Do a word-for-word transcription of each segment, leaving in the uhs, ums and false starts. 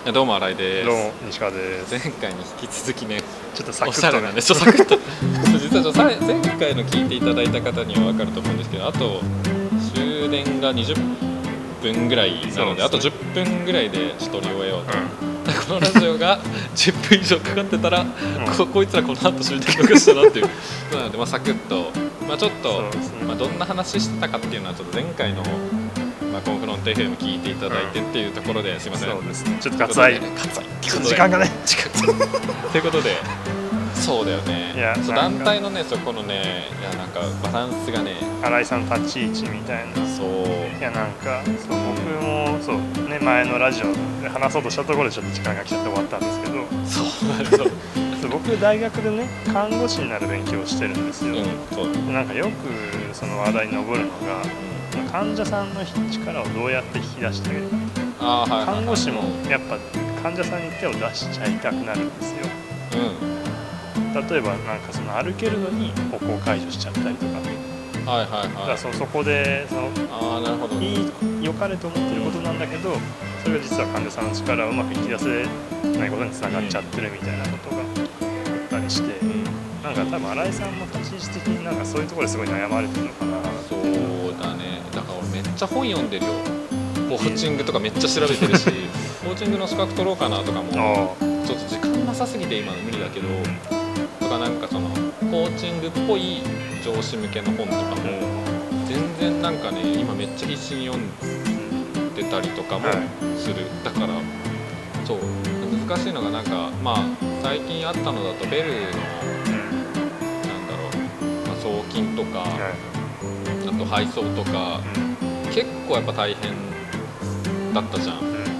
やどうも新井です。 どうも西川です。 前回に引き続きね、 ちょっとサクッとね、 おしゃれなんで、ちょっとサクッと実はちょっと前回の聞いていただいた方には分かると思うんですけど、あと終電がにじゅっぷんぐらいなので、あとじゅっぷんぐらいで撮り終えようと、うん、このラジオがじゅっぷん以上かかってたら、うん、こ, こいつらこの後終電逃したなっていうなので、まあ、サクッと、まあ、ちょっと、ねまあ、どんな話してたかっていうのはちょっと前回のまあ、コンフロント エフエム 聞いていただいてっていうところで、うん、すいません、 そうですね、ちょっと割愛時間がねということで、そうだよね、いやそう団体のねそこのね、いやなんかバランスがね、 新井さんの立ち位置みたいな、そういやなんかそう僕もそうね前のラジオで話そうとしたところでちょっと時間が来ちゃって終わったんですけど、 そうそうそう僕大学でね看護師になる勉強をしてるんですよ、うん、そうなんかよくその話題に上るのが、うん、患者さんの力をどうやって引き出してあげるか、あ、はいはいはい、看護師もやっぱ患者さんに手を出しちゃいたくなるんですよ、うん、例えばなんかその歩けるのに歩行解除しちゃったりとか、はいはいはい、だからそそこでそのあなるほどいい良かれと思ってることなんだけど、それが実は患者さんの力をうまく引き出せないことにつながっちゃってるみたいなことがあったりして、うん、なんか多分新井さんも立ち位置的になんかそういうところですごい悩まれてるのかな。 そうだね、だから俺めっちゃ本読んでるよ。コーチングとかめっちゃ調べてるしコーチングの資格取ろうかなとかもちょっと時間なさすぎて今無理だけど、とかなんかそのコーチングっぽい上司向けの本とかも全然なんかね今めっちゃ必死に読んでたりとかもする、だからそう難しいのがなんかまあ最近あったのだとベルのなんだろう、まあ、送金とかあと配送とか結構やっぱ大変だったじゃん、うん、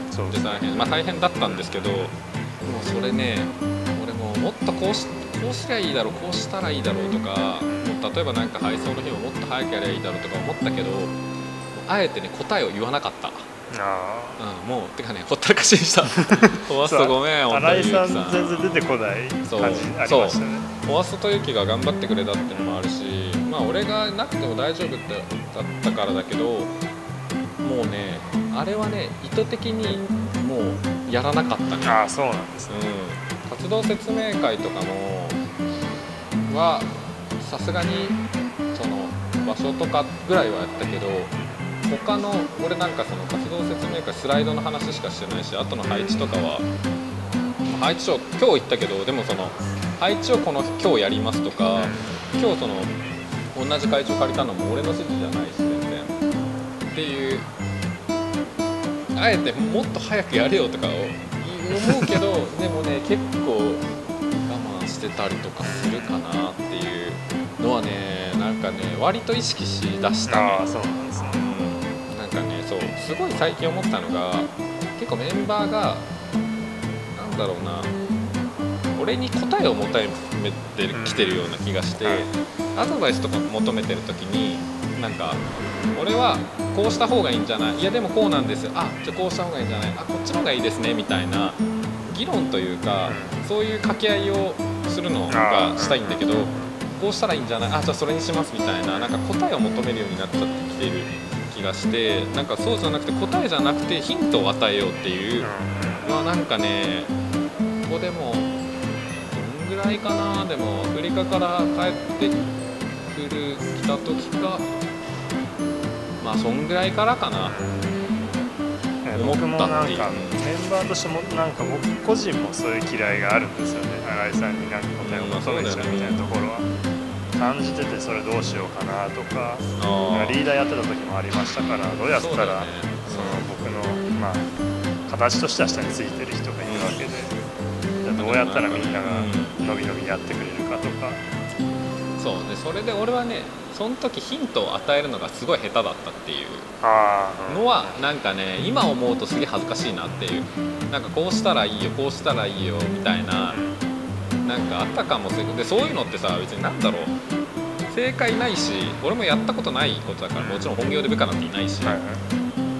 そうで大変、まあ、大変だったんですけど、もうそれね俺ももっとこうしこうすりゃいいだろうこうしたらいいだろうとか、もう例えばなんか配送の日ももっと早くやりゃいいだろうとか思ったけど、あえてね答えを言わなかった。あ、うん、もうてかねほったらかしにしたフォアストごめん、 新井さん全然出てこない感じありましたね。そうフォアストとゆきが頑張ってくれたっていうのもあるし、まあ俺がなくても大丈夫ってだったからだけど、もうねあれはね意図的にもうやらなかったね。 ああそうなんですね、 うん、活動説明会とかもはさすがにその場所とかぐらいはやったけど、他の俺なんかその活動説明会スライドの話しかしてないし、あとの配置とかは配置を今日言ったけど、でもその配置をこの今日やりますとか、今日その同じ会長借りたのも俺の指示じゃないし全然っていう、あえてもっと早くやれよとか思うけどでもね結構我慢してたりとかするかなっていうのはね、なんかね割と意識しだしたね。 あ、そうなんですね、 うん、なんかねそうすごい最近思ったのが、結構メンバーがなんだろうな、俺に答えを求めてきてるような気がして、うん、アドバイスとか求めてる時になんか俺はこうした方がいいんじゃない、いやでもこうなんですよ、あじゃあこうした方がいいんじゃない、あこっちの方がいいですねみたいな議論というか、うん、そういう掛け合いをするのがしたいんだけど、こうしたらいいんじゃない、あじゃあそれにしますみたいな、なんか答えを求めるようになっちゃってきている気がして、なんかそうじゃなくて答えじゃなくてヒントを与えようっていうのはなんかね、ここでもどんぐらいかな、でもアフリカから帰ってくる来た時か、まあそんぐらいからかな、思ったっていう。 僕もなんかメンバーとしてもなんか僕個人もそういう嫌いがあるんですよね。新井さんになんか答えを求めちゃうみたいなところは感じてて、それどうしようかなとか、リーダーやってた時もありましたから、どうやったらその僕のまあ形としては下についてる人がいるわけで、じゃあどうやったらみんながのびのびやってくれるかとか。 そうでそれで俺はねその時ヒントを与えるのがすごい下手だったっていうのはなんかね今思うとすげえ恥ずかしいなっていう、なんかこうしたらいいよこうしたらいいよみたいななんかあったかもしれない。でそういうのってさ別になんだろう正解ないし、俺もやったことないことだから、もちろん本業で部下なんていないし、はい、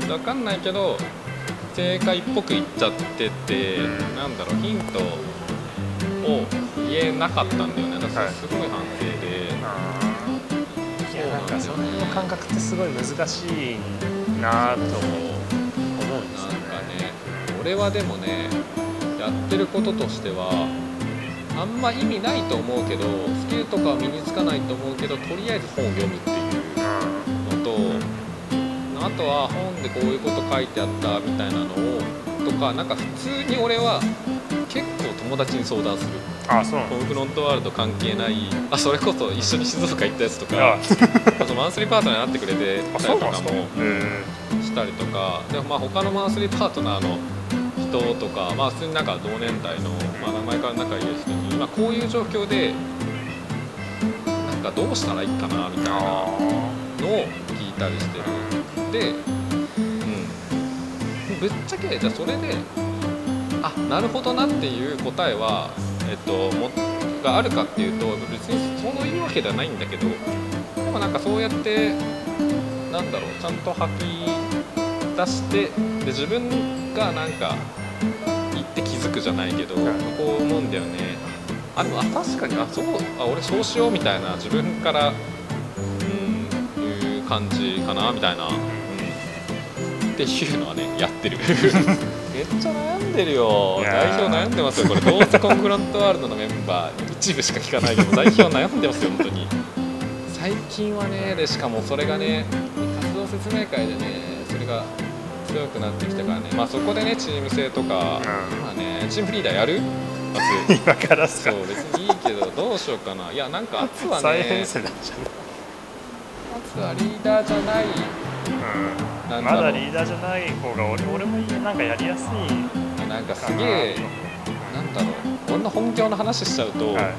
分かんないけど正解っぽく言っちゃってて、なんだろうヒントを言えなかったんだよね。だからすごい反省で、 いやなんかその辺の感覚ってすごい難しいなと思うんですよね。 なんかね俺はでもねやってることとしてはあんま意味ないと思うけどスキルとかは身につかないと思うけどとりあえず本を読むっていうのとあとは本でこういうこと書いてあったみたいなのをとかなんか普通に俺は結構友達に相談する。 あ、そうなんホームフロントワールド関係ないあそれこそ一緒に静岡行ったやつとかあとマンスリーパートナーになってくれてたりとかもしたりとかでもまあ他のマンスリーパートナーの人とか、まあ、普通になんか同年代の、まあ、名前から仲いい人に今こういう状況でなんかどうしたらいいかなみたいなのを聞いたりしてる。で、うん、ぶっちゃけじゃあそれであなるほどなっていう答えは、えっと、もがあるかっていうと別にそういうわけではないんだけどでもなんかそうやってなんだろうちゃんと吐き出してで自分がなんか言って気づくじゃないけど、はい、こう思うんだよね。あでもあ確かにあそうあ俺そうしようみたいな自分から、うん、いう感じかなみたいな、うん、っていうのはねやってるめっちゃ悩んでるよ。代表悩んでますよこれどうせコンフロントワールドのメンバー一部しか聞かないけど代表悩んでますよ本当に最近はね。でしかもそれがね活動説明会でねそれが強くなってきたからね。まあそこでねチーム制とか、うん、まあねチームリーダーやる今からすか。 そう別にいいけどどうしようかな。いやなんか圧はね再編成だじゃん。圧はリーダーじゃない、 うん、なんだまだリーダーじゃない方が 俺, 俺もなんかやりやすいなんかすげえなんだろう俺の本業の話しちゃうと、はい、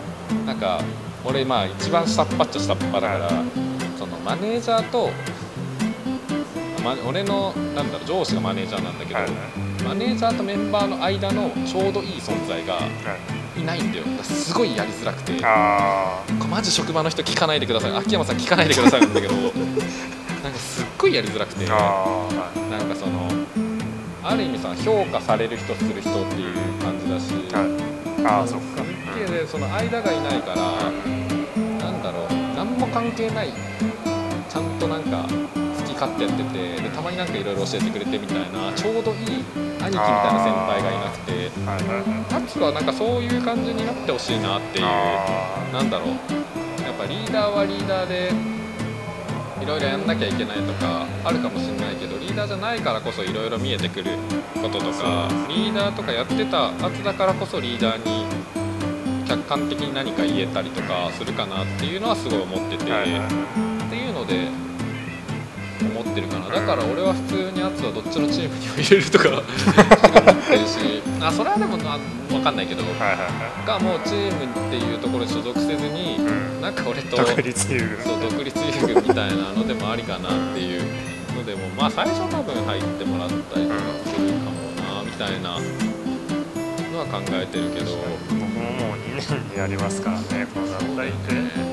なんか俺まあ一番下っ端っちゃ下っ端だから、はい、そのマネージャーとま、俺のなんだろう上司がマネージャーなんだけど、はい、マネージャーとメンバーの間のちょうどいい存在がいないんだよ。だからすごいやりづらくてあこれマジ職場の人聞かないでください秋山さん聞かないでくださいなんだけどなんかすっごいやりづらくてあなんかそのある意味さ評価される人する人っていう感じだし、はい、あそっかでその間がいないからなんだろう何も関係ないちゃんとなんか勝ってやっててでたまになんかいろいろ教えてくれてみたいなちょうどいい兄貴みたいな先輩がいなくてタツはなんかそういう感じになってほしいなっていうなんだろうやっぱリーダーはリーダーでいろいろやんなきゃいけないとかあるかもしれないけどリーダーじゃないからこそいろいろ見えてくることとかリーダーとかやってたやつだからこそリーダーに客観的に何か言えたりとかするかなっていうのはすごい思っててっていうので思ってるかな。だから俺は普通にやつはどっちのチームにも入れるとか思ってるしあそれはでもな分かんないけど、はいはいはい、がもうチームっていうところに所属せずに、うん、なんか俺と独立遊具そう独立遊具みたいなのでもありかなっていうのでもまあ最初多分入ってもらったりとかするかもなみたいなのは考えてるけど僕ももうにねんになりますからねこの団体って。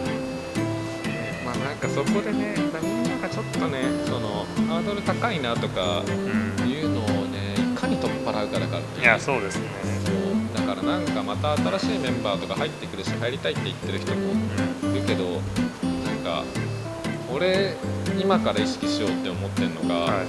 まあなんかそこでねみんながちょっとねそのハードル高いなとかいうのをねいかに取っ払うかだからっていう。 いやそうですね。 そうだからなんかまた新しいメンバーとか入ってくるし入りたいって言ってる人もいるけど、なんか俺今から意識しようって思ってるのが、はい、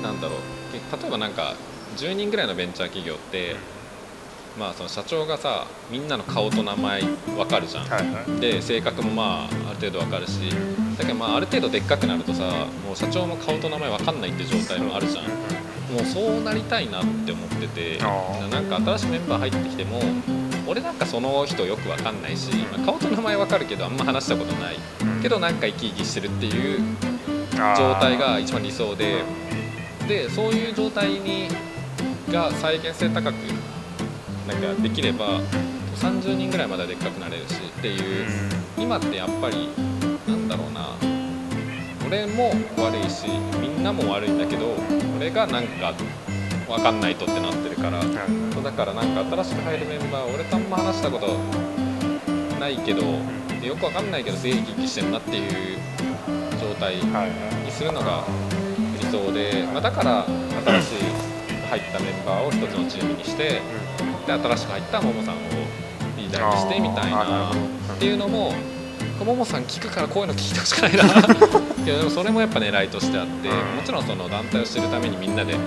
なんだろう例えばなんかじゅうにんぐらいのベンチャー企業ってまあ、その社長がさみんなの顔と名前分かるじゃん、はいはい、で性格もまあある程度分かるしだけどまあある程度でっかくなるとさもう社長も顔と名前分かんないって状態もあるじゃん。もうそうなりたいなって思っててなんか新しいメンバー入ってきても俺なんかその人よく分かんないし、まあ、顔と名前分かるけどあんま話したことないけどなんか生き生きしてるっていう状態が一番理想ででそういう状態にが再現性高くなんかできればさんじゅうにんぐらいまででっかくなれるしっていう今ってやっぱりなんだろうな俺も悪いしみんなも悪いんだけど俺がなんか分かんないとってなってるからそうだからなんか新しく入るメンバー俺とあんま話したことないけどよく分かんないけどすげえ生き生きしてるなっていう状態にするのが理想で、まあ、だから新しい入ったメンバーを一つのチームにしてで新しく入ったももさんをリーダーにしてみたいなっていうのもももさん聞くからこういうの聞いてほしくないなけどでもそれもやっぱ狙いとしてあってもちろんその団体を知るためにみんなで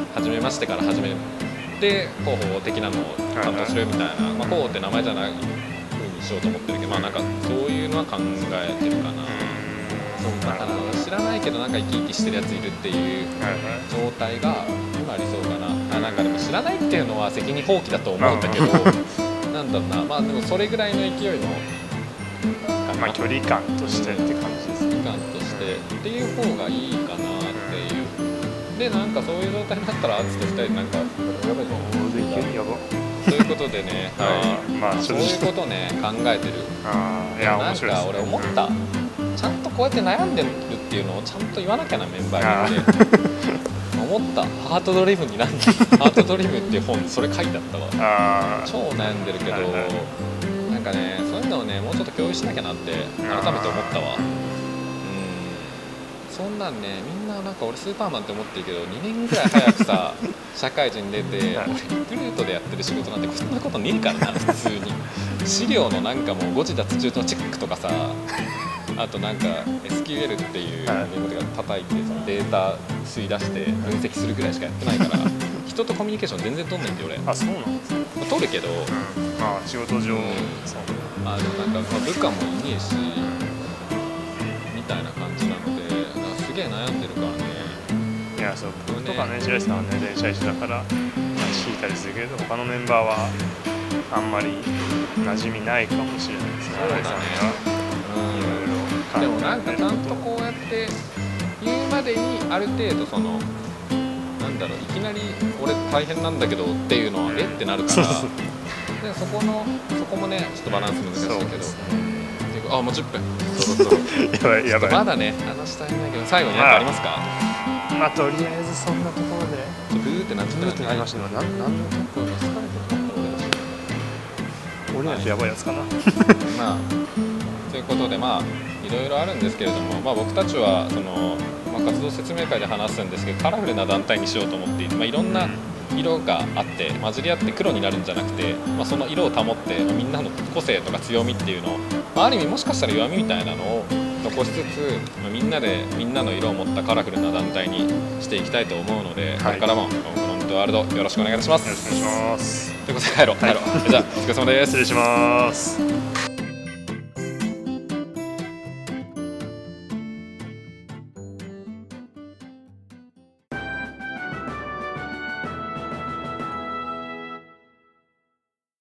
初めましてから始めて広報的なのを担当するみたいな、まあ、広報って名前じゃない風にしようと思ってるけど、まあ、なんかそういうのは考えてるかな。そうだから知らないけどなんか生き生きしてるやついるっていう状態が今理想かな。あ、なんかでも知らないっていうのは責任放棄だと思うんだけどなんだろうな、まあでもそれぐらいの勢いのまあ距離感としてって感じです。 距離感としてっていう方がいいかなっていう。でなんかそういう状態になったらアーティストふたりでなんかやばいぞそういうことでね、はい、まあそういうことね考えてる。 あいやなんか俺思った。ちゃんとこうやって悩んでるっていうのをちゃんと言わなきゃなメンバーに言って思った。ハートドリブンになんだハートドリブンっていう本それ書いてあったわ。 あ超悩んでるけど、はいはい、なんかねそういうのをねもうちょっと共有しなきゃなって改めて思ったわ。うんそんなんねみんななんか俺スーパーマンって思ってるけどにねんぐらい早くさ社会人出て俺リクルートでやってる仕事なんてこんなことねえからな普通に資料のなんかもう誤字脱字のチェックとかさあとなんか エスキューエル っていうメモリが叩いてそのデータ吸い出して分析するぐらいしかやってないから人とコミュニケーション全然取んないんだよ俺。 あ、そうなんですか。 まあ、取るけど、うん、 まあ仕事上、うん、 そうまあでもなんか、まあ、部下もいねえし、うん、みたいな感じなのですげえ悩んでるからね。 いやそう僕とかね白石さんはね電車一緒だから聞いたりするけど他のメンバーはあんまり馴染みないかもしれないですね。 そうだね。でもなんかちゃんとこうやって言うまでにある程度そのなんだろういきなり俺大変なんだけどっていうのはえってなるからでそこのそこもねちょっとバランス難しいけど、あもうじゅっぷんそろそろやばいやばいまだね話したいんだけど最後に何かありますか。 まあとりあえずそんなところでブーってなっちゃったブーってなりましたね。何の曲を疲れてるの俺たちやばいやつかなまあということでまあいろいろあるんですけれども、まあ、僕たちはその、まあ、活動説明会で話すんですけどカラフルな団体にしようと思っていて、まあ、いろんな色があって混じり合って黒になるんじゃなくて、まあ、その色を保って、まあ、みんなの個性とか強みっていうのを、まあ、ある意味もしかしたら弱みみたいなのを残しつつ、まあ、みんなでみんなの色を持ったカラフルな団体にしていきたいと思うので、はい、これからもフロントワールドよろしくお願いします。 よろしくお願いします。 ということで帰ろう帰ろう、はい、じゃあお疲れ様です。 失礼します。